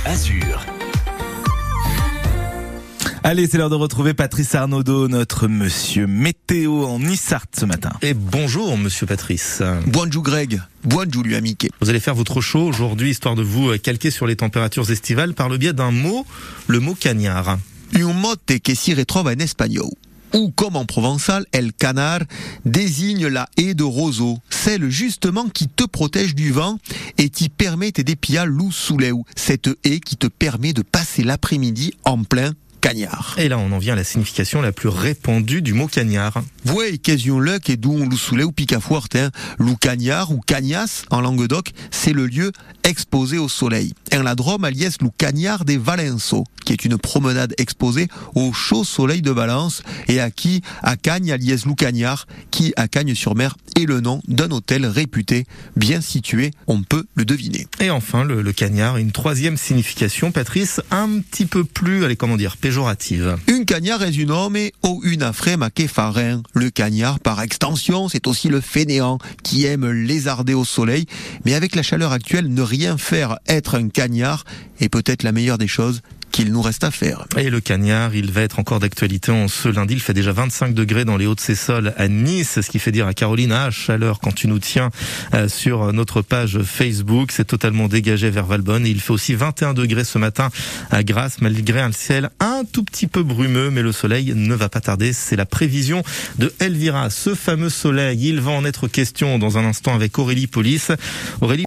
Azur. Allez, c'est l'heure de retrouver Patrice Arnaudot, notre monsieur météo en Issart ce matin. Et bonjour monsieur Patrice. Bonjour Greg, bonjour lui amique. Vous allez faire votre show aujourd'hui, histoire de vous calquer sur les températures estivales par le biais d'un mot, le mot cagnard. Un mot que si retrouve en espagnol, ou comme en provençal, el canar désigne la haie de roseau, celle justement qui te protège du vent et qui permet d'épier l'ou sous l'eau, cette haie qui te permet de passer l'après-midi en plein cagnard. Et là, on en vient à la signification la plus répandue du mot cagnard. Voyez, question là qui est d'où on soulève ou pique à forte, Lou cagnard ou cagnas en Languedoc, c'est le lieu exposé au soleil. En la Drôme, alias Lou cagnard des Valençaux, qui est une promenade exposée au chaud soleil de Valence et à Cagnes, alias Lou cagnard, qui à Cagnes-sur-Mer est le nom d'un hôtel réputé, bien situé, on peut le deviner. Et enfin, le cagnard, une troisième signification, Patrice, un petit peu plus, péjorative. Un cagnard est un homme ou une affrème qui fait rien. Le cagnard, par extension, c'est aussi le fainéant qui aime lézarder au soleil. Mais avec la chaleur actuelle, ne rien faire, être un cagnard, est peut-être la meilleure des choses qu'il nous reste à faire. Et le cagnard, il va être encore d'actualité en ce lundi. Il fait déjà 25 degrés dans les Hauts-de-Sessols à Nice, ce qui fait dire à Caroline, chaleur quand tu nous tiens sur notre page Facebook. C'est totalement dégagé vers Valbonne. Et il fait aussi 21 degrés ce matin à Grasse, malgré un ciel un tout petit peu brumeux, mais le soleil ne va pas tarder. C'est la prévision de Elvira. Ce fameux soleil, il va en être question dans un instant avec Aurélie Police. Aurélie,